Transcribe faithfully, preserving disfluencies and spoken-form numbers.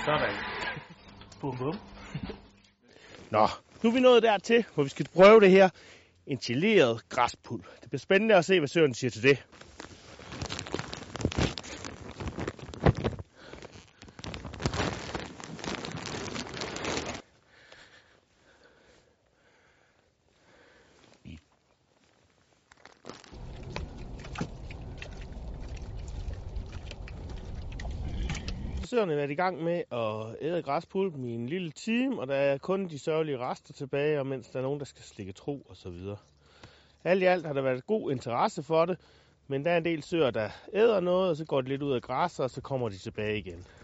Sådan. Bum bum. Nå, nu er vi nået dertil, hvor vi skal prøve det her enchileret græspuld. Det bliver spændende at se, hvad Søren siger til det. Søren har været i gang med at æde græspulpen i en lille time, og der er kun de sørgelige rester tilbage, og mens der er nogen, der skal slikke tro og så videre. Alt i alt har der været god interesse for det, men der er en del søer, der æder noget, og så går de lidt ud af græsset, og så kommer de tilbage igen.